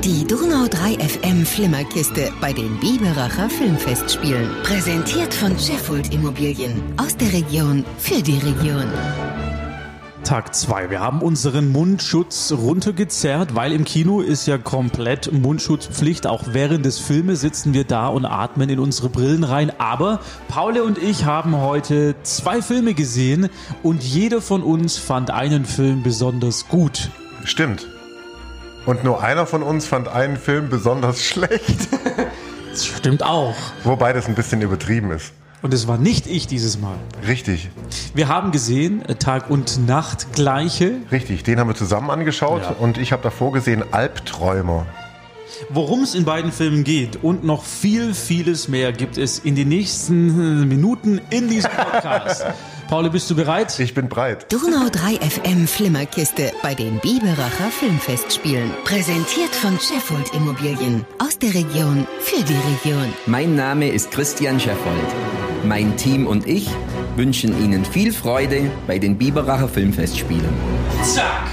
Die Donau 3 FM Flimmerkiste bei den Biberacher Filmfestspielen. Präsentiert von Sheffield Immobilien. Aus der Region für die Region. Tag 2. Wir haben unseren Mundschutz runtergezerrt, weil im Kino ist ja komplett Mundschutzpflicht. Auch während des Filmes sitzen wir da und atmen in unsere Brillen rein. Aber Paul und ich haben heute 2 Filme gesehen und jeder von uns fand einen Film besonders gut. Stimmt. Und nur einer von uns fand einen Film besonders schlecht. Das stimmt auch. Wobei das ein bisschen übertrieben ist. Und es war nicht ich dieses Mal. Richtig. Wir haben gesehen Tag und Nacht Gleiche. Richtig, den haben wir zusammen angeschaut und ich habe davor gesehen Albträumer. Worum es in beiden Filmen geht und noch vieles mehr gibt es in den nächsten Minuten in diesem Podcast. Paul, bist du bereit? Ich bin bereit. Donau 3 FM Flimmerkiste bei den Biberacher Filmfestspielen. Präsentiert von Sheffield Immobilien. Aus der Region für die Region. Mein Name ist Christian Scheffold. Mein Team und ich wünschen Ihnen viel Freude bei den Biberacher Filmfestspielen. Zack!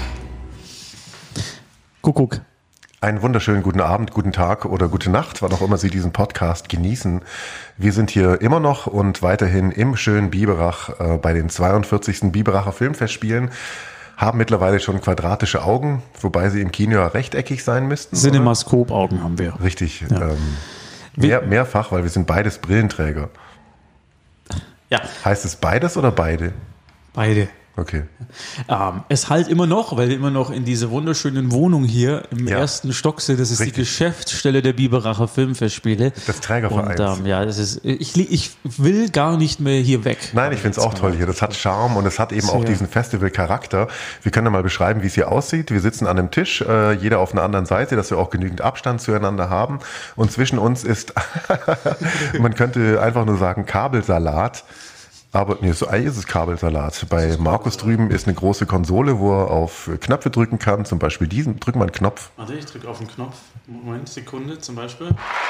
Kuckuck. Einen wunderschönen guten Abend, guten Tag oder gute Nacht, wann auch immer Sie diesen Podcast genießen. Wir sind hier immer noch und weiterhin im schönen Biberach bei den 42. Biberacher Filmfestspielen. Haben mittlerweile schon quadratische Augen, wobei sie im Kino ja rechteckig sein müssten. Cinemaskop-Augen haben wir. Richtig. Ja. Mehrfach, weil wir sind beides Brillenträger. Ja. Heißt es beides oder beide? Beide. Okay. Es halt immer noch, weil wir immer noch in dieser wunderschönen Wohnung hier im ersten Stock sind. Das ist Richtig. die Geschäftsstelle der Biberacher Filmfestspiele. Das Trägervereins. Und das ist, ich will gar nicht mehr hier weg. Nein, ich finde es auch toll hier. Das hat Charme und es hat eben auch diesen Festival-Charakter. Wir können ja mal beschreiben, wie es hier aussieht. Wir sitzen an einem Tisch, jeder auf einer anderen Seite, dass wir auch genügend Abstand zueinander haben. Und zwischen uns ist, man könnte einfach nur sagen, Kabelsalat. Aber nee, so ist es Kabelsalat. Bei Markus drüben ist eine große Konsole, wo er auf Knöpfe drücken kann. Zum Beispiel diesen. Drück mal einen Knopf. Warte, ich drücke auf den Knopf. Moment, Sekunde zum Beispiel.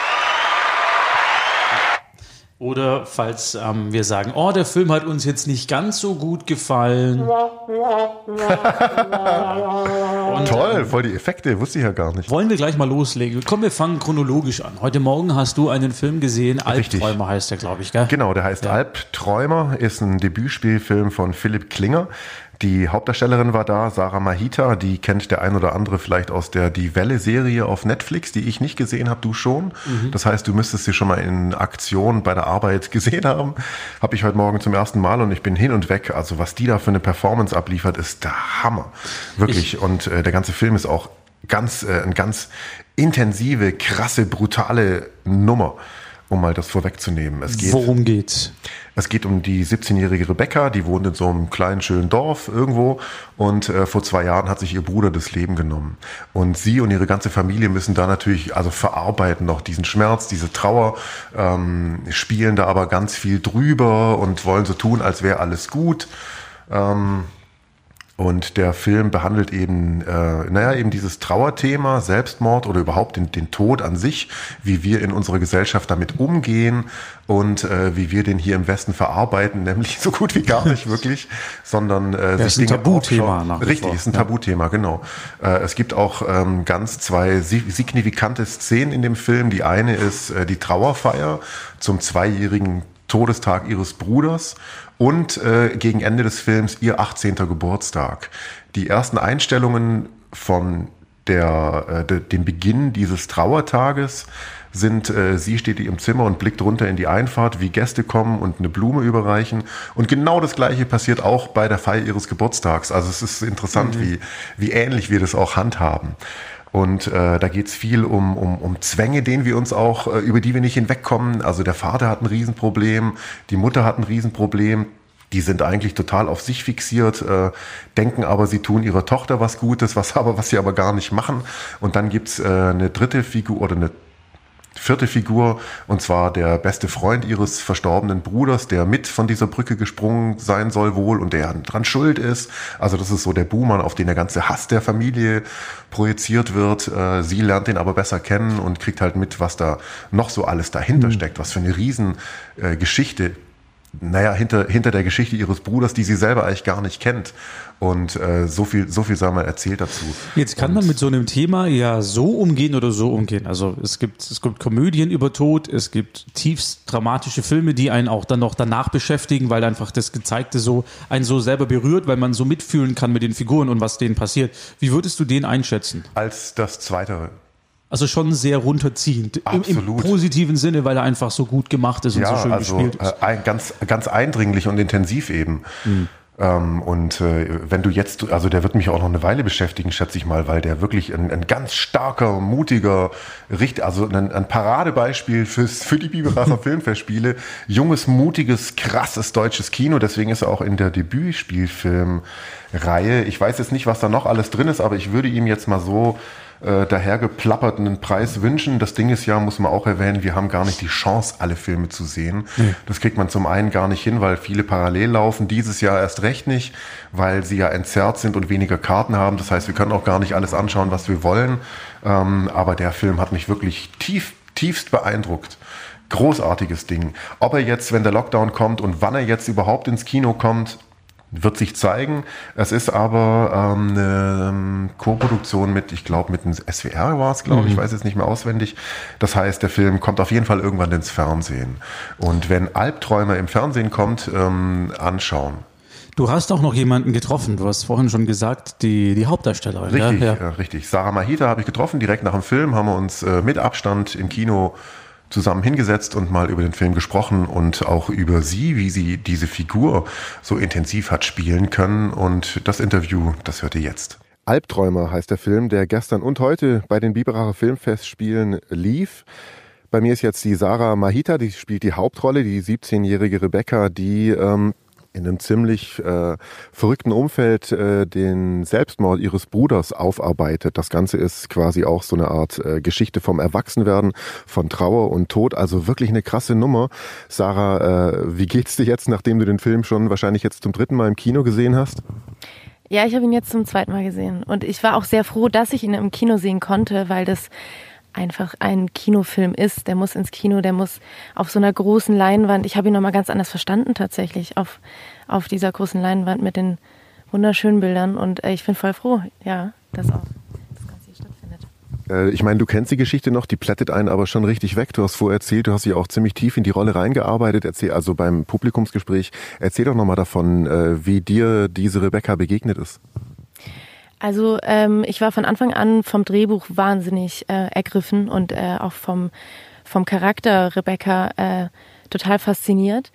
Oder falls wir sagen, oh, der Film hat uns jetzt nicht ganz so gut gefallen. Und, Toll, voll die Effekte, wusste ich ja gar nicht. Wollen wir gleich mal loslegen? Komm, wir fangen chronologisch an. Heute Morgen hast du einen Film gesehen, Albträumer heißt der, glaube ich, gell? Genau, der heißt Albträumer, ist ein Debütspielfilm von Philipp Klinger. Die Hauptdarstellerin war da, Sarah Mahita, die kennt der ein oder andere vielleicht aus der Die Welle-Serie auf Netflix, die ich nicht gesehen habe, du schon. Das heißt, du müsstest sie schon mal in Aktion bei der Arbeit gesehen haben. Habe ich heute Morgen zum ersten Mal und ich bin hin und weg. Also was die da für eine Performance abliefert, ist der Hammer. Wirklich. Und der ganze Film ist auch eine ganz intensive, krasse, brutale Nummer. Um mal das vorwegzunehmen. Worum geht's? Es geht um die 17-jährige Rebecca, die wohnt in so einem kleinen, schönen Dorf irgendwo und vor 2 Jahren hat sich ihr Bruder das Leben genommen. Und sie und ihre ganze Familie müssen da natürlich verarbeiten noch diesen Schmerz, diese Trauer, spielen da aber ganz viel drüber und wollen so tun, als wäre alles gut. Und der Film behandelt eben, eben dieses Trauerthema, Selbstmord oder überhaupt den Tod an sich, wie wir in unserer Gesellschaft damit umgehen und wie wir den hier im Westen verarbeiten, nämlich so gut wie gar nicht wirklich, sondern ist ein Tabuthema nach wie vor. Richtig, ist ein Tabuthema, genau. Es gibt auch ganz 2 signifikante Szenen in dem Film. Die eine ist die Trauerfeier zum 2-jährigen Todestag ihres Bruders und gegen Ende des Films ihr 18. Geburtstag. Die ersten Einstellungen von dem Beginn dieses Trauertages sind, sie steht im Zimmer und blickt runter in die Einfahrt, wie Gäste kommen und eine Blume überreichen. Und genau das Gleiche passiert auch bei der Feier ihres Geburtstags. Also es ist interessant, wie ähnlich wir das auch handhaben. Und da geht's viel um Zwänge, über die wir nicht hinwegkommen. Also der Vater hat ein Riesenproblem, die Mutter hat ein Riesenproblem. Die sind eigentlich total auf sich fixiert, denken aber, sie tun ihrer Tochter was Gutes, was sie aber gar nicht machen. Und dann gibt's eine dritte Figur oder eine vierte Figur, und zwar der beste Freund ihres verstorbenen Bruders, der mit von dieser Brücke gesprungen sein soll wohl und der dran schuld ist. Also das ist so der Buhmann, auf den der ganze Hass der Familie projiziert wird. Sie lernt den aber besser kennen und kriegt halt mit, was da noch so alles dahinter steckt, was für eine Riesengeschichte hinter der Geschichte ihres Bruders, die sie selber eigentlich gar nicht kennt. Und so viel sei mal erzählt dazu. Jetzt kann man mit so einem Thema ja so umgehen oder so umgehen. Also es gibt Komödien über Tod, es gibt tiefst dramatische Filme, die einen auch dann noch danach beschäftigen, weil einfach das Gezeigte einen so selber berührt, weil man so mitfühlen kann mit den Figuren und was denen passiert. Wie würdest du den einschätzen? Als das Zweitere. Also schon sehr runterziehend. Im positiven Sinne, weil er einfach so gut gemacht ist und so schön gespielt ist. Ganz, ganz eindringlich und intensiv eben. Wenn du jetzt, also der wird mich auch noch eine Weile beschäftigen, schätze ich mal, weil der wirklich ein ganz starker, mutiger, ein Paradebeispiel für die Biberacher Filmfestspiele. Junges, mutiges, krasses deutsches Kino. Deswegen ist er auch in der Debütspielfilmreihe. Ich weiß jetzt nicht, was da noch alles drin ist, aber ich würde ihm jetzt mal so dahergeplapperten Preis wünschen. Das Ding ist ja, muss man auch erwähnen, wir haben gar nicht die Chance, alle Filme zu sehen. Das kriegt man zum einen gar nicht hin, weil viele parallel laufen. Dieses Jahr erst recht nicht, weil sie ja entzerrt sind und weniger Karten haben. Das heißt, wir können auch gar nicht alles anschauen, was wir wollen. Aber der Film hat mich wirklich tiefst beeindruckt. Großartiges Ding. Ob er jetzt, wenn der Lockdown kommt und wann er jetzt überhaupt ins Kino kommt, wird sich zeigen. Es ist aber eine Co-Produktion mit dem SWR war es, glaube ich, weiß jetzt nicht mehr auswendig. Das heißt, der Film kommt auf jeden Fall irgendwann ins Fernsehen. Und wenn Albträumer im Fernsehen kommt, anschauen. Du hast auch noch jemanden getroffen, du hast vorhin schon gesagt, die Hauptdarstellerin. Richtig, ja? Richtig. Sarah Mahita habe ich getroffen, direkt nach dem Film haben wir uns mit Abstand im Kino zusammen hingesetzt und mal über den Film gesprochen und auch über sie, wie sie diese Figur so intensiv hat spielen können. Und das Interview, das hört ihr jetzt. Albträumer heißt der Film, der gestern und heute bei den Biberacher Filmfestspielen lief. Bei mir ist jetzt die Sarah Mahita, die spielt die Hauptrolle, die 17-jährige Rebecca, die in einem ziemlich verrückten Umfeld den Selbstmord ihres Bruders aufarbeitet. Das Ganze ist quasi auch so eine Art Geschichte vom Erwachsenwerden, von Trauer und Tod. Also wirklich eine krasse Nummer. Sarah, wie geht's dir jetzt, nachdem du den Film schon wahrscheinlich jetzt zum 3. Mal im Kino gesehen hast? Ja, ich habe ihn jetzt zum 2. Mal gesehen. Und ich war auch sehr froh, dass ich ihn im Kino sehen konnte, weil das einfach ein Kinofilm ist. Der muss ins Kino, der muss auf so einer großen Leinwand. Ich habe ihn nochmal ganz anders verstanden tatsächlich, auf dieser großen Leinwand mit den wunderschönen Bildern. Und ich bin voll froh, ja, dass auch das Ganze hier stattfindet. Ich meine, du kennst die Geschichte noch, die plättet einen aber schon richtig weg. Du hast vorher erzählt, du hast dich auch ziemlich tief in die Rolle reingearbeitet. Also beim Publikumsgespräch. Erzähl doch nochmal davon, wie dir diese Rebecca begegnet ist. Also ich war von Anfang an vom Drehbuch wahnsinnig ergriffen und auch vom Charakter Rebecca total fasziniert.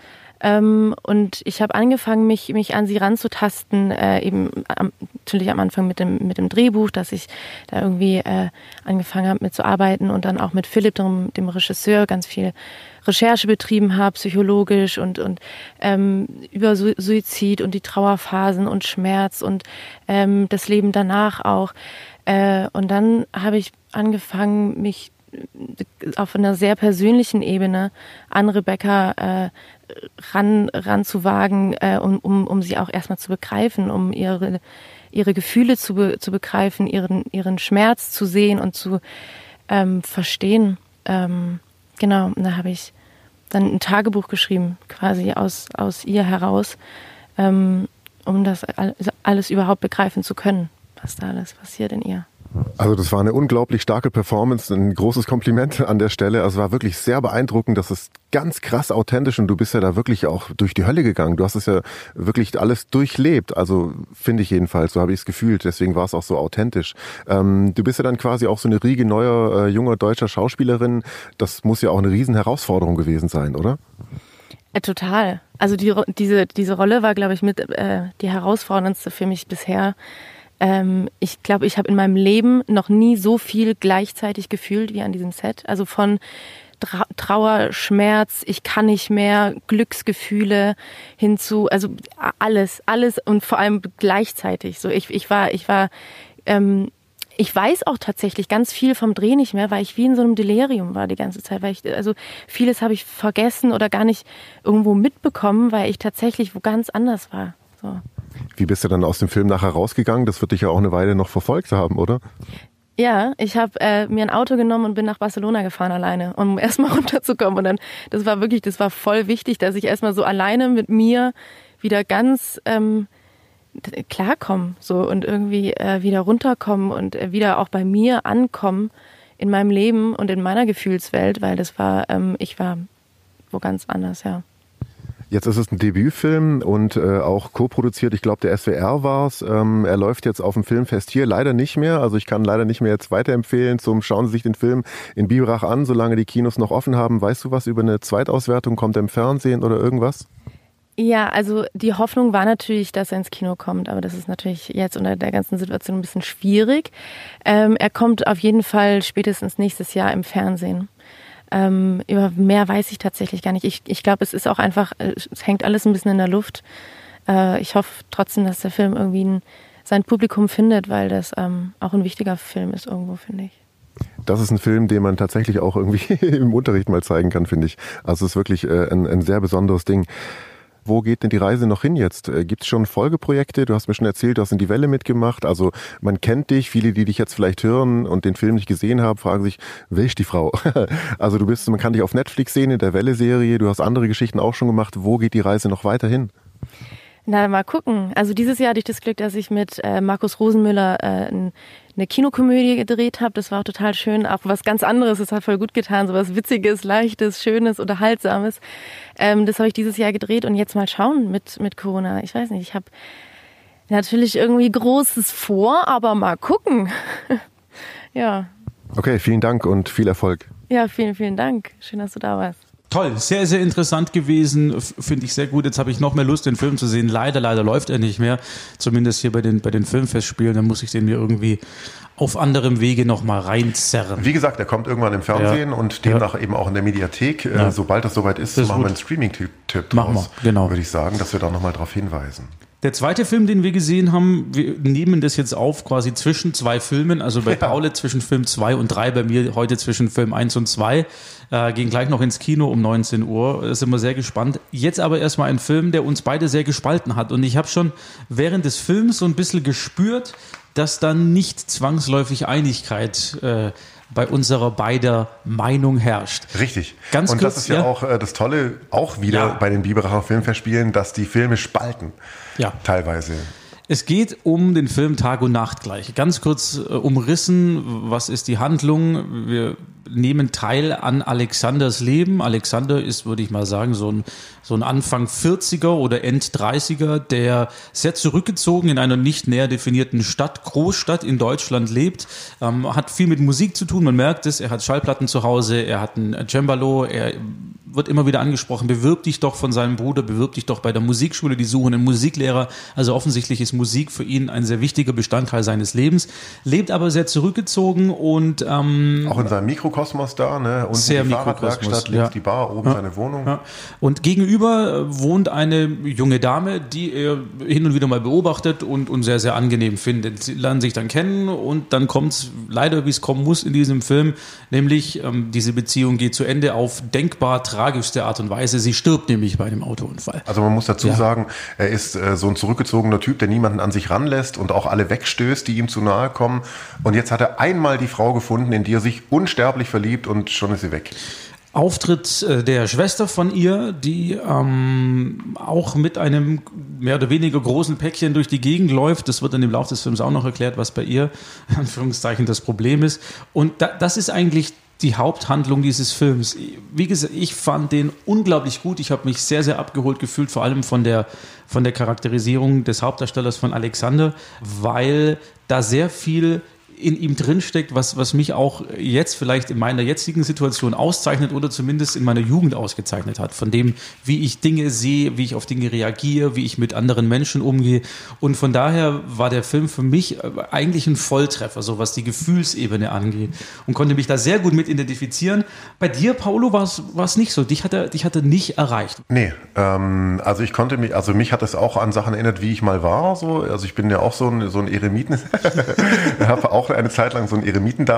Und ich habe angefangen, mich an sie ranzutasten, natürlich am Anfang mit dem Drehbuch, dass ich da irgendwie angefangen habe mitzuarbeiten und dann auch mit Philipp, dem Regisseur, ganz viel Recherche betrieben habe, psychologisch und über Suizid und die Trauerphasen und Schmerz und das Leben danach auch. Und dann habe ich angefangen, mich auf einer sehr persönlichen Ebene an Rebecca ranzuwagen, um sie auch erstmal zu begreifen, um ihre Gefühle zu begreifen, ihren Schmerz zu sehen und zu verstehen. Genau, und da habe ich dann ein Tagebuch geschrieben, quasi aus ihr heraus, um das alles überhaupt begreifen zu können, was da alles passiert in ihr. Also das war eine unglaublich starke Performance, ein großes Kompliment an der Stelle. Also es war wirklich sehr beeindruckend, das ist ganz krass authentisch und du bist ja da wirklich auch durch die Hölle gegangen. Du hast es ja wirklich alles durchlebt, also finde ich jedenfalls, so habe ich es gefühlt, deswegen war es auch so authentisch. Du bist ja dann quasi auch so eine Riege neuer, junger deutscher Schauspielerin, das muss ja auch eine riesen Herausforderung gewesen sein, oder? Total. Also diese Rolle war, glaube ich, mit die herausforderndste für mich bisher. Ich glaube, ich habe in meinem Leben noch nie so viel gleichzeitig gefühlt wie an diesem Set. Also von Trauer, Schmerz, ich kann nicht mehr, Glücksgefühle hinzu, also alles und vor allem gleichzeitig. So ich weiß auch tatsächlich ganz viel vom Dreh nicht mehr, weil ich wie in so einem Delirium war die ganze Zeit. Also vieles habe ich vergessen oder gar nicht irgendwo mitbekommen, weil ich tatsächlich wo ganz anders war. So. Wie bist du dann aus dem Film nachher rausgegangen? Das wird dich ja auch eine Weile noch verfolgt haben, oder? Ja, ich habe mir ein Auto genommen und bin nach Barcelona gefahren alleine, um erstmal runterzukommen. Und dann, das war voll wichtig, dass ich erstmal so alleine mit mir wieder ganz klarkomme so und irgendwie wieder runterkommen und wieder auch bei mir ankommen in meinem Leben und in meiner Gefühlswelt, weil ich war wo ganz anders, ja. Jetzt ist es ein Debütfilm und auch co-produziert. Ich glaube, der SWR war's. Er läuft jetzt auf dem Filmfest hier leider nicht mehr. Also ich kann leider nicht mehr jetzt weiterempfehlen. Schauen Sie sich den Film in Biberach an, solange die Kinos noch offen haben. Weißt du was über eine Zweitauswertung? Kommt er im Fernsehen oder irgendwas? Ja, also die Hoffnung war natürlich, dass er ins Kino kommt, aber das ist natürlich jetzt unter der ganzen Situation ein bisschen schwierig. Er kommt auf jeden Fall spätestens nächstes Jahr im Fernsehen. Über mehr weiß ich tatsächlich gar nicht. Ich glaube, es ist auch einfach, es hängt alles ein bisschen in der Luft. Ich hoffe trotzdem, dass der Film irgendwie sein Publikum findet, weil das auch ein wichtiger Film ist irgendwo, finde ich. Das ist ein Film, den man tatsächlich auch irgendwie im Unterricht mal zeigen kann, finde ich. Also es ist wirklich ein sehr besonderes Ding. Wo geht denn die Reise noch hin jetzt? Gibt es schon Folgeprojekte? Du hast mir schon erzählt, du hast in Die Welle mitgemacht. Also man kennt dich. Viele, die dich jetzt vielleicht hören und den Film nicht gesehen haben, fragen sich, wer ist die Frau? Also man kann dich auf Netflix sehen, in der Welle-Serie. Du hast andere Geschichten auch schon gemacht. Wo geht die Reise noch weiter hin? Na, mal gucken. Also dieses Jahr hatte ich das Glück, dass ich mit Markus Rosenmüller eine Kinokomödie gedreht habe. Das war auch total schön. Auch was ganz anderes. Das hat voll gut getan. So was Witziges, Leichtes, Schönes, Unterhaltsames. Das habe ich dieses Jahr gedreht und jetzt mal schauen mit Corona. Ich weiß nicht, ich habe natürlich irgendwie Großes vor, aber mal gucken. Ja. Okay, vielen Dank und viel Erfolg. Ja, vielen, vielen Dank. Schön, dass du da warst. Toll, sehr, sehr interessant gewesen, finde ich sehr gut. Jetzt habe ich noch mehr Lust, den Film zu sehen. Leider läuft er nicht mehr, zumindest hier bei den Filmfestspielen. Dann muss ich den mir irgendwie auf anderem Wege nochmal reinzerren. Wie gesagt, er kommt irgendwann im Fernsehen und demnach eben auch in der Mediathek. Sobald das soweit ist, machen wir einen Streaming-Tipp draus, würde ich sagen, dass wir da nochmal drauf hinweisen. Der zweite Film, den wir gesehen haben, wir nehmen das jetzt auf quasi zwischen zwei Filmen, also bei Paul zwischen Film 2 und 3, bei mir heute zwischen Film 1 und 2, gehen gleich noch ins Kino um 19 Uhr, da sind wir sehr gespannt. Jetzt aber erstmal ein Film, der uns beide sehr gespalten hat und ich habe schon während des Films so ein bisschen gespürt, dass dann nicht zwangsläufig Einigkeit bei unserer beider Meinung herrscht. Richtig. Ganz und kurz, das ist ja auch das Tolle, auch wieder bei den Biberacher Filmfestspielen, dass die Filme spalten. Ja. Teilweise. Es geht um den Film Tag und Nacht gleich. Ganz kurz umrissen, was ist die Handlung? Wir nehmen teil an Alexanders Leben. Alexander ist, würde ich mal sagen, so ein Anfang 40er oder End 30er, der sehr zurückgezogen in einer nicht näher definierten Großstadt in Deutschland lebt, hat viel mit Musik zu tun, man merkt es, er hat Schallplatten zu Hause, er hat ein Cembalo, er wird immer wieder angesprochen, bewirb dich doch von seinem Bruder, bewirb dich doch bei der Musikschule, die suchen einen Musiklehrer, also offensichtlich ist Musik für ihn ein sehr wichtiger Bestandteil seines Lebens, lebt aber sehr zurückgezogen und auch in seinem Mikrokosmos da, ne? Und sehr die Fahrradwerkstatt, links die Bar, oben seine Wohnung. Ja. Und gegenüber wohnt eine junge Dame, die er hin und wieder mal beobachtet und sehr, sehr angenehm findet. Sie lernen sich dann kennen und dann kommt es leider, wie es kommen muss in diesem Film, nämlich diese Beziehung geht zu Ende auf denkbar tragischste Art und Weise. Sie stirbt nämlich bei einem Autounfall. Also man muss dazu sagen, er ist so ein zurückgezogener Typ, der niemanden an sich ranlässt und auch alle wegstößt, die ihm zu nahe kommen. Und jetzt hat er einmal die Frau gefunden, in die er sich unsterblich verliebt und schon ist sie weg. Auftritt der Schwester von ihr, die auch mit einem mehr oder weniger großen Päckchen durch die Gegend läuft. Das wird dann im Laufe des Films auch noch erklärt, was bei ihr, in Anführungszeichen, das Problem ist. Und das ist eigentlich die Haupthandlung dieses Films. Wie gesagt, ich fand den unglaublich gut. Ich habe mich sehr, sehr abgeholt gefühlt, vor allem von der Charakterisierung des Hauptdarstellers von Alexander, weil da sehr viel in ihm drinsteckt, was mich auch jetzt vielleicht in meiner jetzigen Situation auszeichnet oder zumindest in meiner Jugend ausgezeichnet hat. Von dem, wie ich Dinge sehe, wie ich auf Dinge reagiere, wie ich mit anderen Menschen umgehe. Und von daher war der Film für mich eigentlich ein Volltreffer, so was die Gefühlsebene angeht. Und konnte mich da sehr gut mit identifizieren. Bei dir, Paolo, war es nicht so. Dich hat er nicht erreicht. Nee, also mich hat es auch an Sachen erinnert, wie ich mal war. So. Also ich bin ja auch so ein Eremiten. Ich habe auch eine Zeit lang so ein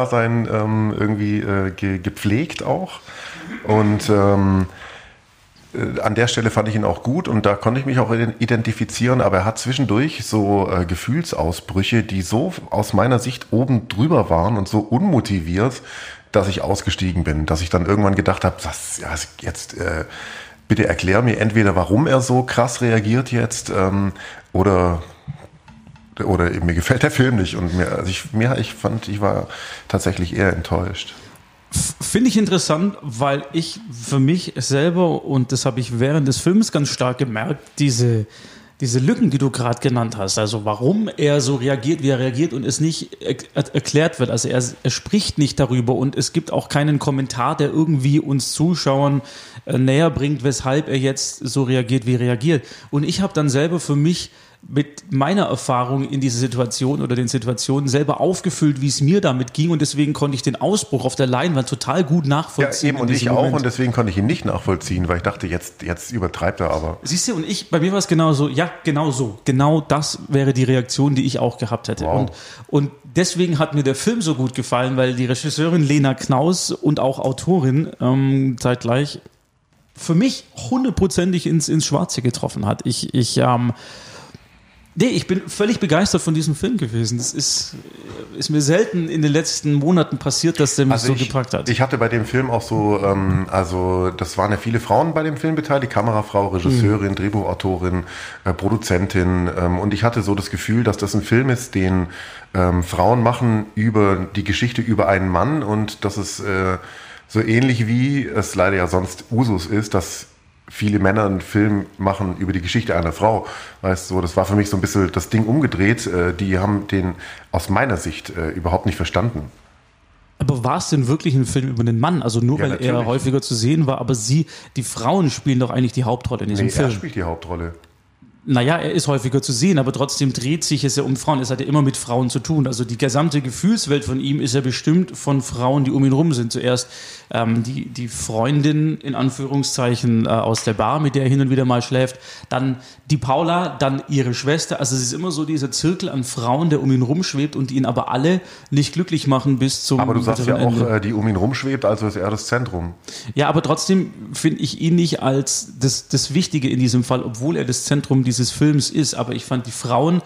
Eremitendasein irgendwie gepflegt auch. Und an der Stelle fand ich ihn auch gut und da konnte ich mich auch identifizieren, aber er hat zwischendurch so Gefühlsausbrüche, die so aus meiner Sicht oben drüber waren und so unmotiviert, dass ich ausgestiegen bin, dass ich dann irgendwann gedacht habe, bitte erklär mir entweder, warum er so krass reagiert jetzt oder eben, mir gefällt der Film nicht und ich war tatsächlich eher enttäuscht. Finde ich interessant, weil ich für mich selber, und das habe ich während des Films ganz stark gemerkt, diese Lücken, die du gerade genannt hast, also warum er so reagiert, wie er reagiert und es nicht erklärt wird, also er spricht nicht darüber und es gibt auch keinen Kommentar, der irgendwie uns Zuschauern näher bringt, weshalb er jetzt so reagiert, wie er reagiert. Und ich habe dann selber für mich mit meiner Erfahrung in dieser Situation oder den Situationen selber aufgefüllt, wie es mir damit ging und deswegen konnte ich den Ausbruch auf der Leinwand total gut nachvollziehen. Ja, eben, und ich auch und deswegen konnte ich ihn nicht nachvollziehen, weil ich dachte, jetzt übertreibt er aber. Siehst du, und bei mir war es genauso, ja, genau so. Genau das wäre die Reaktion, die ich auch gehabt hätte. Wow. Und deswegen hat mir der Film so gut gefallen, weil die Regisseurin Lena Knaus und auch Autorin zeitgleich für mich 100%ig ins Schwarze getroffen hat. Ich bin völlig begeistert von diesem Film gewesen. Das ist mir selten in den letzten Monaten passiert, dass der mich so gepackt hat. Ich hatte bei dem Film auch so, das waren ja viele Frauen bei dem Film beteiligt, Kamerafrau, Regisseurin, Drehbuchautorin, Produzentin. Und ich hatte so das Gefühl, dass das ein Film ist, den Frauen machen über die Geschichte über einen Mann und das ist so ähnlich wie es leider ja sonst Usus ist, dass viele Männer einen Film machen über die Geschichte einer Frau. Weißt du, das war für mich so ein bisschen das Ding umgedreht. Die haben den aus meiner Sicht überhaupt nicht verstanden. Aber war es denn wirklich ein Film über einen Mann? Also nur, Ja, weil natürlich. er häufiger zu sehen war, aber die Frauen spielen doch eigentlich die Hauptrolle in diesem Film. Er spielt die Hauptrolle. Naja, er ist häufiger zu sehen, aber trotzdem dreht sich es ja um Frauen. Es hat ja immer mit Frauen zu tun. Also die gesamte Gefühlswelt von ihm ist ja bestimmt von Frauen, die um ihn rum sind. Zuerst die Freundin, in Anführungszeichen, aus der Bar, mit der er hin und wieder mal schläft. Dann die Paula, dann ihre Schwester. Also es ist immer so dieser Zirkel an Frauen, der um ihn rumschwebt und ihn aber alle nicht glücklich machen bis zum Aber du sagst ja Ende. auch, die um ihn rumschwebt, also ist er das Zentrum. Ja, aber trotzdem finde ich ihn nicht als das Wichtige in diesem Fall, obwohl er das Zentrum dieses Films ist. Aber ich fand, die Frauen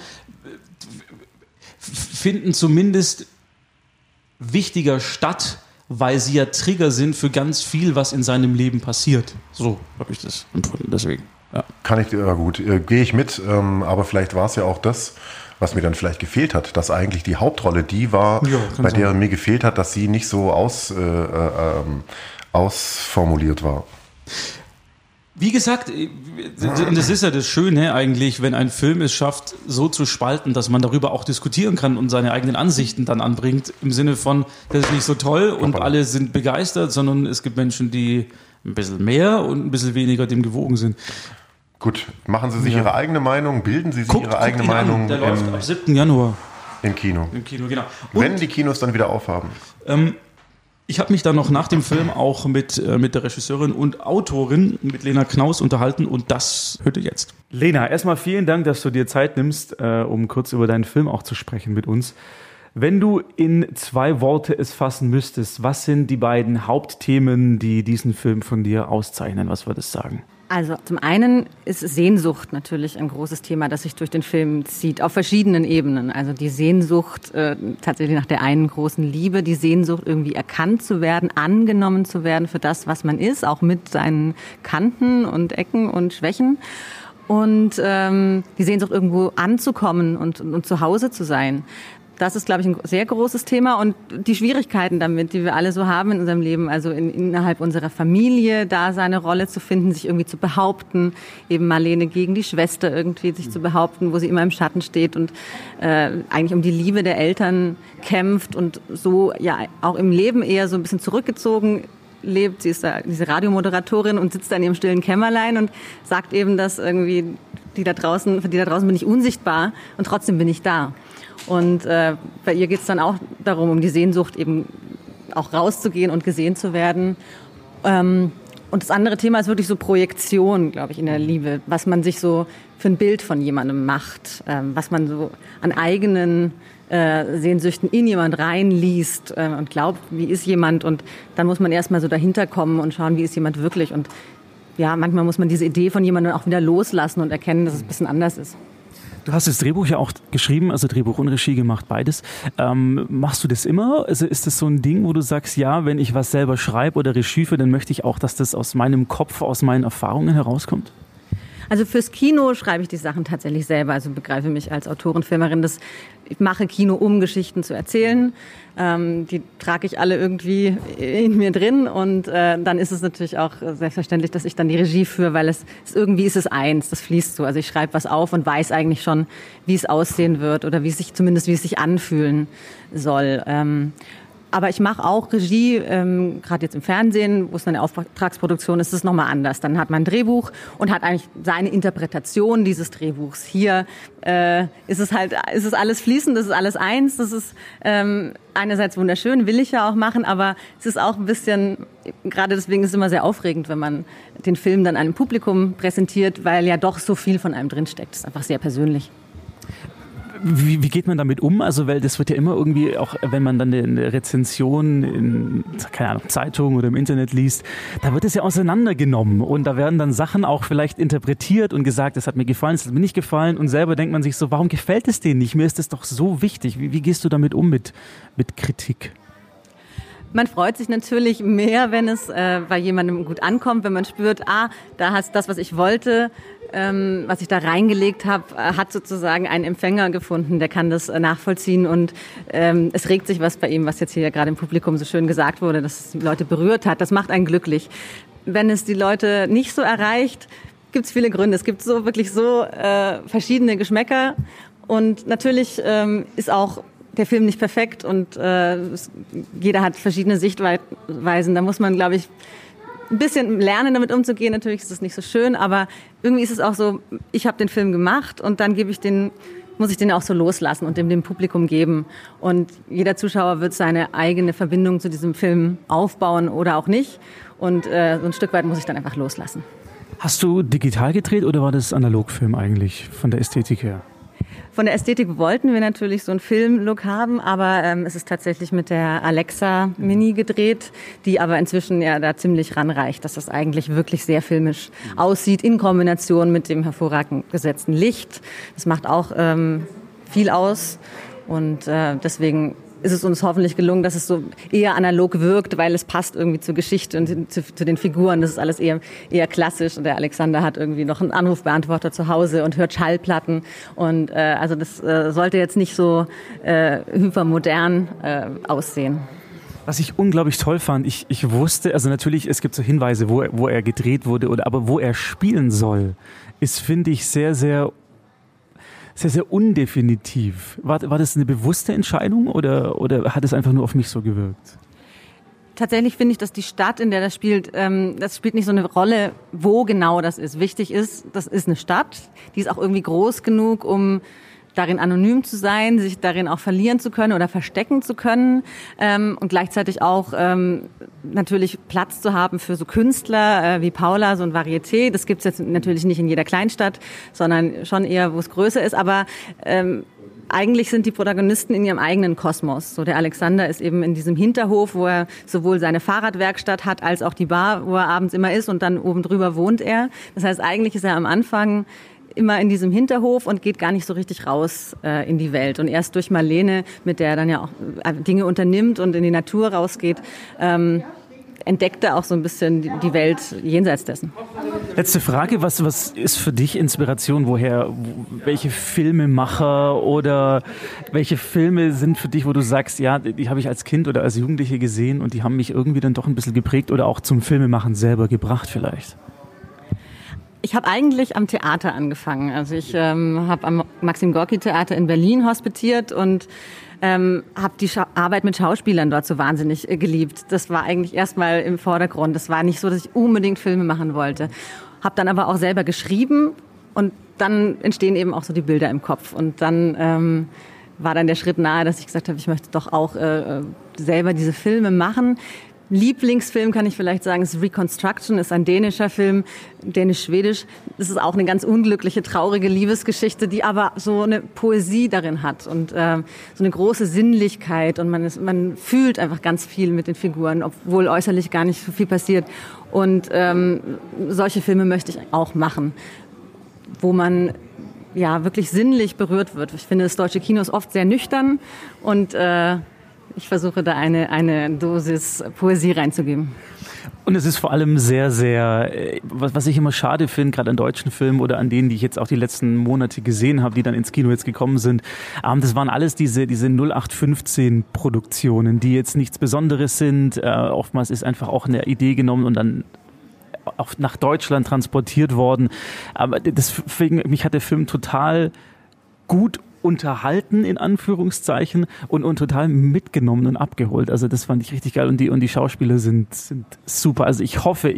finden zumindest wichtiger statt, weil sie ja Trigger sind für ganz viel, was in seinem Leben passiert. So habe ich das empfunden, deswegen. Ja. Gehe ich mit, aber vielleicht war es ja auch das, was mir dann vielleicht gefehlt hat, dass eigentlich die Hauptrolle die war, bei der mir gefehlt hat, dass sie nicht so ausformuliert war. Wie gesagt, das ist ja das Schöne eigentlich, wenn ein Film es schafft, so zu spalten, dass man darüber auch diskutieren kann und seine eigenen Ansichten dann anbringt, im Sinne von, das ist nicht so toll und alle sind begeistert, sondern es gibt Menschen, die ein bisschen mehr und ein bisschen weniger dem gewogen sind. Gut, machen Sie sich Ihre eigene Meinung, bilden Sie sich Ihre eigene Meinung der läuft ab 7. Januar. Im Kino. Im Kino, genau. Wenn die Kinos dann wieder aufhaben. Ich habe mich dann noch nach dem Film auch mit der Regisseurin und Autorin, mit Lena Knaus, unterhalten und das hört ihr jetzt. Lena, erstmal vielen Dank, dass du dir Zeit nimmst, um kurz über deinen Film auch zu sprechen mit uns. Wenn du in 2 Worte es fassen müsstest, was sind die beiden Hauptthemen, die diesen Film von dir auszeichnen? Was würdest du sagen? Also zum einen ist Sehnsucht natürlich ein großes Thema, das sich durch den Film zieht, auf verschiedenen Ebenen. Also die Sehnsucht tatsächlich nach der einen großen Liebe, die Sehnsucht irgendwie erkannt zu werden, angenommen zu werden für das, was man ist, auch mit seinen Kanten und Ecken und Schwächen. Und die Sehnsucht irgendwo anzukommen und zu Hause zu sein. Das ist, glaube ich, ein sehr großes Thema und die Schwierigkeiten damit, die wir alle so haben in unserem Leben, also innerhalb unserer Familie, da seine Rolle zu finden, sich irgendwie zu behaupten, eben Marlene gegen die Schwester irgendwie sich zu behaupten, wo sie immer im Schatten steht und eigentlich um die Liebe der Eltern kämpft und so ja auch im Leben eher so ein bisschen zurückgezogen lebt. Sie ist da diese Radiomoderatorin und sitzt da in ihrem stillen Kämmerlein und sagt eben, dass irgendwie für die da draußen bin ich unsichtbar und trotzdem bin ich da. Und bei ihr geht es dann auch darum, um die Sehnsucht eben auch rauszugehen und gesehen zu werden. Und das andere Thema ist wirklich so Projektion, glaube ich, in der Liebe. Was man sich so für ein Bild von jemandem macht. Was man so an eigenen Sehnsüchten in jemand reinliest und glaubt, wie ist jemand. Und dann muss man erstmal so dahinter kommen und schauen, wie ist jemand wirklich. Und ja, manchmal muss man diese Idee von jemandem auch wieder loslassen und erkennen, dass es ein bisschen anders ist. Du hast das Drehbuch ja auch geschrieben, also Drehbuch und Regie gemacht, beides. Machst du das immer? Also ist das so ein Ding, wo du sagst, ja, wenn ich was selber schreibe oder Regie führe, dann möchte ich auch, dass das aus meinem Kopf, aus meinen Erfahrungen herauskommt? Also fürs Kino schreibe ich die Sachen tatsächlich selber, also begreife mich als Autorin-Filmerin. Ich mache Kino, um Geschichten zu erzählen. Die trage ich alle irgendwie in mir drin und dann ist es natürlich auch selbstverständlich, dass ich dann die Regie führe, weil irgendwie ist es eins, das fließt so. Also ich schreibe was auf und weiß eigentlich schon, wie es aussehen wird oder wie es sich anfühlen soll. Aber ich mache auch Regie, gerade jetzt im Fernsehen, wo es eine Auftragsproduktion ist, ist es nochmal anders. Dann hat man ein Drehbuch und hat eigentlich seine Interpretation dieses Drehbuchs. Hier ist es alles fließend, das ist alles eins. Das ist einerseits wunderschön, will ich ja auch machen, aber es ist auch ein bisschen, gerade deswegen ist es immer sehr aufregend, wenn man den Film dann einem Publikum präsentiert, weil ja doch so viel von einem drinsteckt. Das ist einfach sehr persönlich. Wie geht man damit um? Also, weil das wird ja immer irgendwie, auch wenn man dann eine Rezension in, keine Ahnung, Zeitung oder im Internet liest, da wird es ja auseinandergenommen und da werden dann Sachen auch vielleicht interpretiert und gesagt, das hat mir gefallen, das hat mir nicht gefallen und selber denkt man sich so, warum gefällt es denen nicht? Mir ist das doch so wichtig. Wie gehst du damit um mit Kritik? Man freut sich natürlich mehr, wenn es bei jemandem gut ankommt, wenn man spürt, da hast das, was ich wollte, was ich da reingelegt habe, hat sozusagen einen Empfänger gefunden, der kann das nachvollziehen und es regt sich was bei ihm, was jetzt hier gerade im Publikum so schön gesagt wurde, dass es die Leute berührt hat. Das macht einen glücklich. Wenn es die Leute nicht so erreicht, gibt es viele Gründe. Es gibt wirklich verschiedene Geschmäcker und natürlich ist auch der Film nicht perfekt und jeder hat verschiedene Sichtweisen. Da muss man, glaube ich, ein bisschen lernen, damit umzugehen. Natürlich ist es nicht so schön, aber irgendwie ist es auch so, ich habe den Film gemacht und dann muss ich den auch so loslassen und dem Publikum geben. Und jeder Zuschauer wird seine eigene Verbindung zu diesem Film aufbauen oder auch nicht. Und so ein Stück weit muss ich dann einfach loslassen. Hast du digital gedreht oder war das Analogfilm eigentlich von der Ästhetik her? Von der Ästhetik wollten wir natürlich so einen Filmlook haben, aber es ist tatsächlich mit der Alexa Mini gedreht, die aber inzwischen ja da ziemlich ranreicht, dass das eigentlich wirklich sehr filmisch aussieht, in Kombination mit dem hervorragend gesetzten Licht. Das macht auch viel aus und deswegen ist es uns hoffentlich gelungen, dass es so eher analog wirkt, weil es passt irgendwie zur Geschichte und zu den Figuren. Das ist alles eher klassisch. Und der Alexander hat irgendwie noch einen Anrufbeantworter zu Hause und hört Schallplatten. Und also das sollte jetzt nicht so hypermodern aussehen. Was ich unglaublich toll fand, ich wusste, also natürlich, es gibt so Hinweise, wo er gedreht wurde, aber wo er spielen soll, ist, finde ich, sehr, sehr undefinitiv. War das eine bewusste Entscheidung oder hat es einfach nur auf mich so gewirkt? Tatsächlich finde ich, dass die Stadt, in der das spielt nicht so eine Rolle, wo genau das ist. Wichtig ist, das ist eine Stadt, die ist auch irgendwie groß genug, um darin anonym zu sein, sich darin auch verlieren zu können oder verstecken zu können und gleichzeitig auch natürlich Platz zu haben für so Künstler wie Paula, so ein Varieté. Das gibt's jetzt natürlich nicht in jeder Kleinstadt, sondern schon eher, wo es größer ist. Aber eigentlich sind die Protagonisten in ihrem eigenen Kosmos. So der Alexander ist eben in diesem Hinterhof, wo er sowohl seine Fahrradwerkstatt hat, als auch die Bar, wo er abends immer ist und dann oben drüber wohnt er. Das heißt, eigentlich ist er am Anfang immer in diesem Hinterhof und geht gar nicht so richtig raus in die Welt. Und erst durch Marlene, mit der er dann ja auch Dinge unternimmt und in die Natur rausgeht, entdeckt er auch so ein bisschen die Welt jenseits dessen. Letzte Frage, was ist für dich Inspiration? Welche Filmemacher oder welche Filme sind für dich, wo du sagst, ja, die habe ich als Kind oder als Jugendliche gesehen und die haben mich irgendwie dann doch ein bisschen geprägt oder auch zum Filmemachen selber gebracht vielleicht? Ich habe eigentlich am Theater angefangen. Also ich habe am Maxim-Gorki-Theater in Berlin hospitiert und habe die Arbeit mit Schauspielern dort so wahnsinnig geliebt. Das war eigentlich erstmal im Vordergrund. Das war nicht so, dass ich unbedingt Filme machen wollte. Habe dann aber auch selber geschrieben und dann entstehen eben auch so die Bilder im Kopf. Und dann war dann der Schritt nahe, dass ich gesagt habe, ich möchte doch auch selber diese Filme machen. Lieblingsfilm kann ich vielleicht sagen, ist Reconstruction, ist ein dänischer Film, dänisch-schwedisch. Das ist auch eine ganz unglückliche, traurige Liebesgeschichte, die aber so eine Poesie darin hat und so eine große Sinnlichkeit und man fühlt einfach ganz viel mit den Figuren, obwohl äußerlich gar nicht so viel passiert. Und solche Filme möchte ich auch machen, wo man ja wirklich sinnlich berührt wird. Ich finde, das deutsche Kino ist oft sehr nüchtern und ich versuche da eine Dosis Poesie reinzugeben. Und es ist vor allem sehr, sehr, was ich immer schade finde, gerade an deutschen Filmen oder an denen, die ich jetzt auch die letzten Monate gesehen habe, die dann ins Kino jetzt gekommen sind, das waren alles diese 0815-Produktionen, die jetzt nichts Besonderes sind. Oftmals ist einfach auch eine Idee genommen und dann auch nach Deutschland transportiert worden. Aber deswegen, mich hat der Film total gut unterhalten, in Anführungszeichen, und total mitgenommen und abgeholt. Also das fand ich richtig geil und die Schauspieler sind super. Also ich hoffe,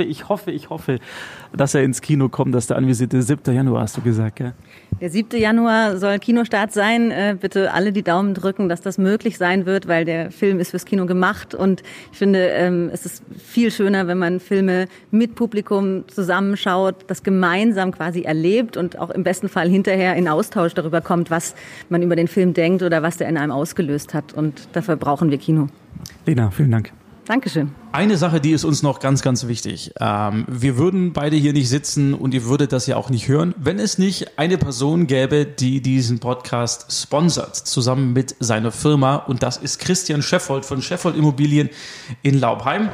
dass er ins Kino kommt, dass der anvisierte 7. Januar, hast du gesagt, gell? Der 7. Januar soll Kinostart sein. Bitte alle die Daumen drücken, dass das möglich sein wird, weil der Film ist fürs Kino gemacht und ich finde, es ist viel schöner, wenn man Filme mit Publikum zusammenschaut, das gemeinsam quasi erlebt und auch im besten Fall hinterher in Austausch darüber kommt, was man über den Film denkt oder was der in einem ausgelöst hat. Und dafür brauchen wir Kino. Lena, vielen Dank. Dankeschön. Eine Sache, die ist uns noch ganz, ganz wichtig. Wir würden beide hier nicht sitzen und ihr würdet das ja auch nicht hören, wenn es nicht eine Person gäbe, die diesen Podcast sponsert, zusammen mit seiner Firma. Und das ist Christian Scheffold von Scheffold Immobilien in Laubheim.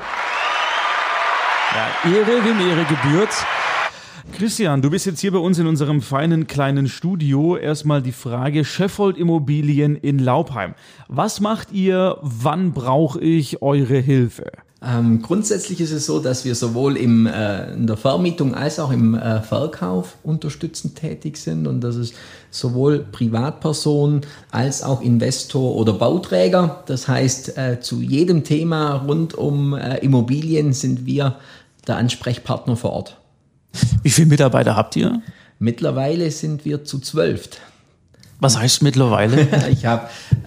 Ja, Ehre, wem Ehre gebührt. Christian, du bist jetzt hier bei uns in unserem feinen kleinen Studio. Erstmal die Frage, Scheffold Immobilien in Laubheim. Was macht ihr? Wann brauche ich eure Hilfe? Grundsätzlich ist es so, dass wir sowohl in der Vermietung als auch im Verkauf unterstützend tätig sind und das ist sowohl Privatperson als auch Investor oder Bauträger. Das heißt, zu jedem Thema rund um Immobilien sind wir der Ansprechpartner vor Ort. Wie viele Mitarbeiter habt ihr? Mittlerweile sind wir zu 12. Was heißt mittlerweile? Ich habe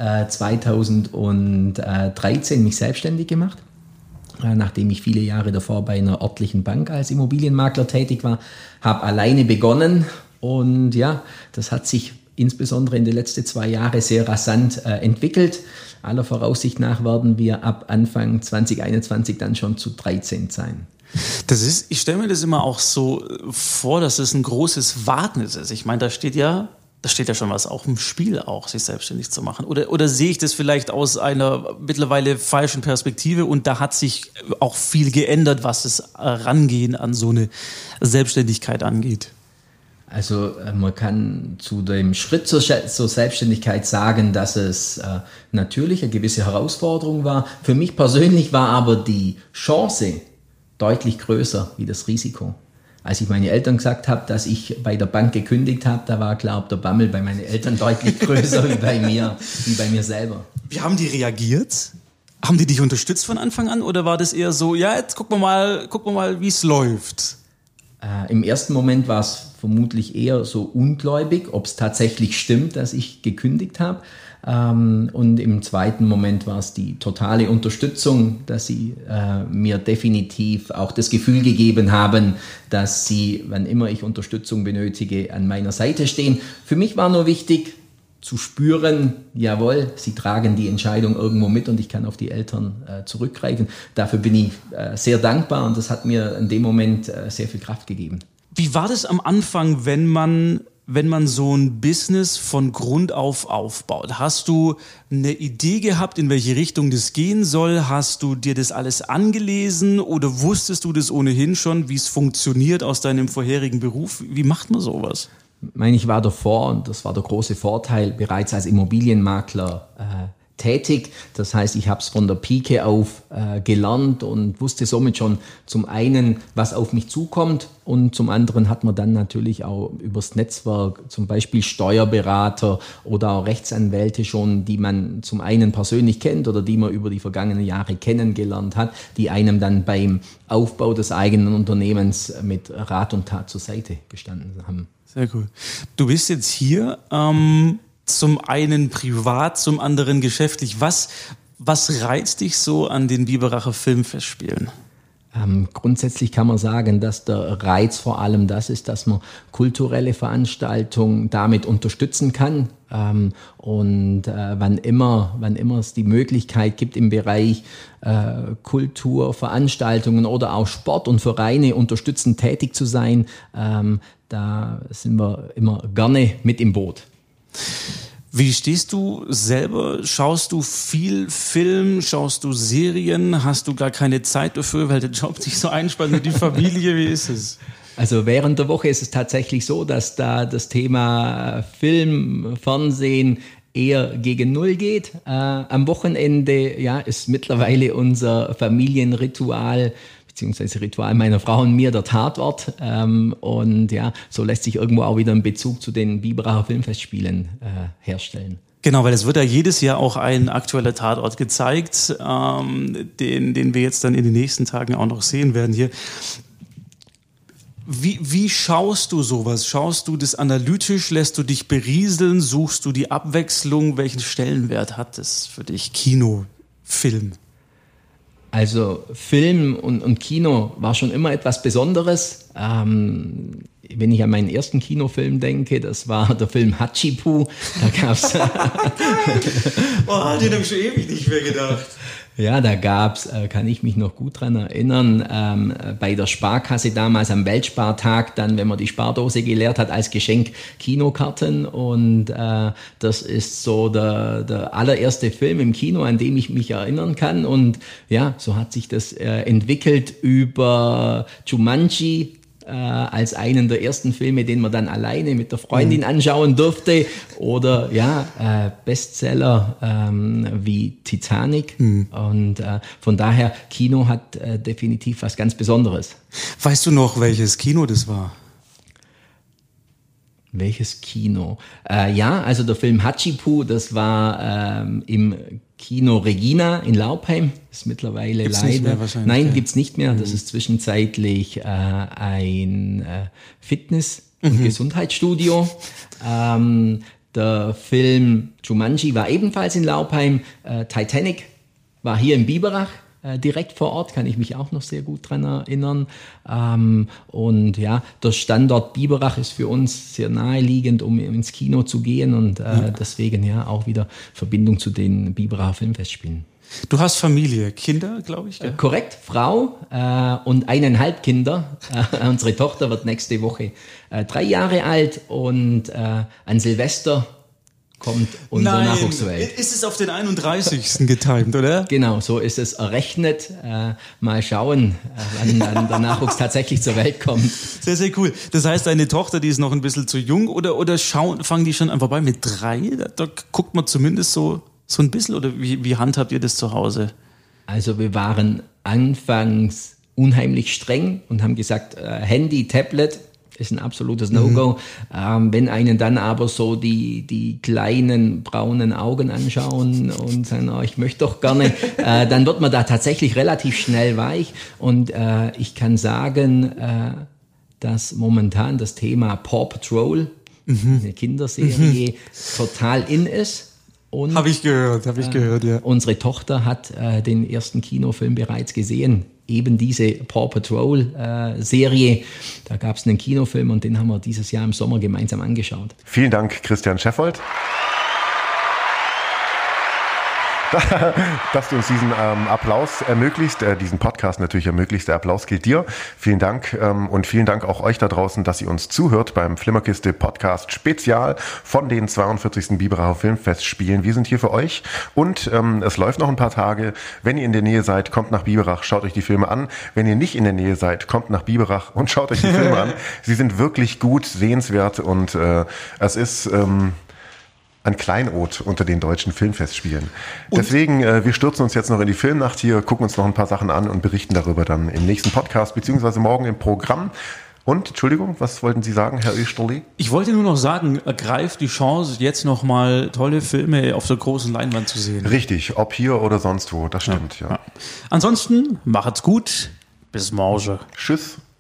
2013 mich selbstständig gemacht, nachdem ich viele Jahre davor bei einer örtlichen Bank als Immobilienmakler tätig war, habe alleine begonnen und ja, das hat sich insbesondere in den letzten 2 Jahren sehr rasant entwickelt. Aller Voraussicht nach werden wir ab Anfang 2021 dann schon zu 13 sein. Ich stelle mir das immer auch so vor, dass es ein großes Wagnis ist. Ich meine, da steht ja schon was auch im Spiel, auch sich selbstständig zu machen. Oder sehe ich das vielleicht aus einer mittlerweile falschen Perspektive und da hat sich auch viel geändert, was das Rangehen an so eine Selbstständigkeit angeht? Also man kann zu dem Schritt zur Selbstständigkeit sagen, dass es natürlich eine gewisse Herausforderung war. Für mich persönlich war aber die Chance deutlich größer wie das Risiko. Als ich meine Eltern gesagt habe, dass ich bei der Bank gekündigt habe, da war klar, ob der Bammel bei meinen Eltern deutlich größer wie bei mir selber. Wie haben die reagiert? Haben die dich unterstützt von Anfang an oder war das eher so, ja, jetzt gucken wir mal, wie es läuft? Im ersten Moment war es vermutlich eher so ungläubig, ob es tatsächlich stimmt, dass ich gekündigt habe. Und im zweiten Moment war es die totale Unterstützung, dass sie mir definitiv auch das Gefühl gegeben haben, dass sie, wann immer ich Unterstützung benötige, an meiner Seite stehen. Für mich war nur wichtig zu spüren, jawohl, sie tragen die Entscheidung irgendwo mit und ich kann auf die Eltern zurückgreifen. Dafür bin ich sehr dankbar und das hat mir in dem Moment sehr viel Kraft gegeben. Wie war das am Anfang, wenn man so ein Business von Grund auf aufbaut? Hast du eine Idee gehabt, in welche Richtung das gehen soll? Hast du dir das alles angelesen oder wusstest du das ohnehin schon, wie es funktioniert aus deinem vorherigen Beruf? Wie macht man sowas? Ich war davor, und das war der große Vorteil, bereits als Immobilienmakler tätig. Das heißt, ich habe es von der Pike auf gelernt und wusste somit schon zum einen, was auf mich zukommt und zum anderen hat man dann natürlich auch übers Netzwerk zum Beispiel Steuerberater oder auch Rechtsanwälte schon, die man zum einen persönlich kennt oder die man über die vergangenen Jahre kennengelernt hat, die einem dann beim Aufbau des eigenen Unternehmens mit Rat und Tat zur Seite gestanden haben. Sehr cool. Du bist jetzt hier zum einen privat, zum anderen geschäftlich. Was Was reizt dich so an den Biberacher Filmfestspielen? Grundsätzlich kann man sagen, dass der Reiz vor allem das ist, dass man kulturelle Veranstaltungen damit unterstützen kann. Und wann immer es die Möglichkeit gibt, im Bereich Kultur, Veranstaltungen oder auch Sport und Vereine unterstützend tätig zu sein, da sind wir immer gerne mit im Boot. Wie stehst du selber? Schaust du viel Film? Schaust du Serien? Hast du gar keine Zeit dafür, weil der Job dich so einspannt mit die Familie? Wie ist es? Also während der Woche ist es tatsächlich so, dass da das Thema Film, Fernsehen eher gegen Null geht. Am Wochenende ist mittlerweile unser Familienritual beziehungsweise Ritual meiner Frau und mir der Tatort. Und so lässt sich irgendwo auch wieder ein Bezug zu den Biberacher Filmfestspielen herstellen. Genau, weil es wird ja jedes Jahr auch ein aktueller Tatort gezeigt, den wir jetzt dann in den nächsten Tagen auch noch sehen werden hier. Wie schaust du sowas? Schaust du das analytisch? Lässt du dich berieseln? Suchst du die Abwechslung? Welchen Stellenwert hat es für dich? Kino, Film? Also Film und Kino war schon immer etwas Besonderes. Wenn ich an meinen ersten Kinofilm denke, das war der Film Hatschipu. Da gab's den habe ich schon ewig nicht mehr gedacht. Ja, da gab's, kann ich mich noch gut dran erinnern, bei der Sparkasse damals am Weltspartag, dann, wenn man die Spardose geleert hat, als Geschenk Kinokarten. Und das ist so der allererste Film im Kino, an dem ich mich erinnern kann. Und so hat sich das entwickelt über Jumanji, als einen der ersten Filme, den man dann alleine mit der Freundin anschauen durfte, oder Bestseller wie Titanic. Und von daher, Kino hat definitiv was ganz Besonderes. Weißt du noch, welches Kino das war? Welches Kino? Also der Film Hatschipu, das war im Kino Regina in Laupheim. Das ist mittlerweile gibt's leider. Nicht mehr wahrscheinlich. Nein, gibt's nicht mehr. Das ist zwischenzeitlich ein Fitness- und Gesundheitsstudio. Der Film Jumanji war ebenfalls in Laupheim. Titanic war hier in Biberach. Direkt vor Ort, kann ich mich auch noch sehr gut dran erinnern. Und der Standort Biberach ist für uns sehr naheliegend, um ins Kino zu gehen, und deswegen auch wieder Verbindung zu den Biberacher Filmfestspielen. Du hast Familie, Kinder, glaube ich, gell? Korrekt, Frau und 1,5 Kinder. Unsere Tochter wird nächste Woche 3 Jahre alt, und an Silvester kommt unser Nachwuchs zur Welt. Ist es auf den 31. getimt, oder? Genau, so ist es errechnet. Mal schauen, wann dann der Nachwuchs tatsächlich zur Welt kommt. Sehr, sehr cool. Das heißt, deine Tochter, die ist noch ein bisschen zu jung, oder fangen die schon an vorbei mit 3? Da guckt man zumindest so ein bisschen, oder wie handhabt ihr das zu Hause? Also wir waren anfangs unheimlich streng und haben gesagt, Handy, Tablet ist ein absolutes No-Go. Wenn einen dann aber so die kleinen braunen Augen anschauen und sagen, ich möchte doch gerne, dann wird man da tatsächlich relativ schnell weich. Und ich kann sagen, dass momentan das Thema Paw Patrol, eine Kinderserie, total in ist. Habe ich gehört, ja. Unsere Tochter hat den ersten Kinofilm bereits gesehen. Eben diese Paw Patrol Serie. Da gab es einen Kinofilm, und den haben wir dieses Jahr im Sommer gemeinsam angeschaut. Vielen Dank, Christian Scheffold, dass du uns diesen Applaus ermöglicht, diesen Podcast natürlich ermöglicht. Der Applaus gilt dir. Vielen Dank, und vielen Dank auch euch da draußen, dass ihr uns zuhört beim Flimmerkiste Podcast Spezial von den 42. Biberacher Filmfestspielen. Wir sind hier für euch, und es läuft noch ein paar Tage. Wenn ihr in der Nähe seid, kommt nach Biberach, schaut euch die Filme an. Wenn ihr nicht in der Nähe seid, kommt nach Biberach und schaut euch die Filme an. Sie sind wirklich gut, sehenswert, und es ist ein Kleinod unter den deutschen Filmfestspielen. Und deswegen, wir stürzen uns jetzt noch in die Filmnacht hier, gucken uns noch ein paar Sachen an und berichten darüber dann im nächsten Podcast, beziehungsweise morgen im Programm. Und, Entschuldigung, was wollten Sie sagen, Herr Österli? Ich wollte nur noch sagen, ergreift die Chance, jetzt nochmal tolle Filme auf der großen Leinwand zu sehen. Richtig, ob hier oder sonst wo, das stimmt, ja. Ansonsten, macht's gut, bis morgen. Tschüss.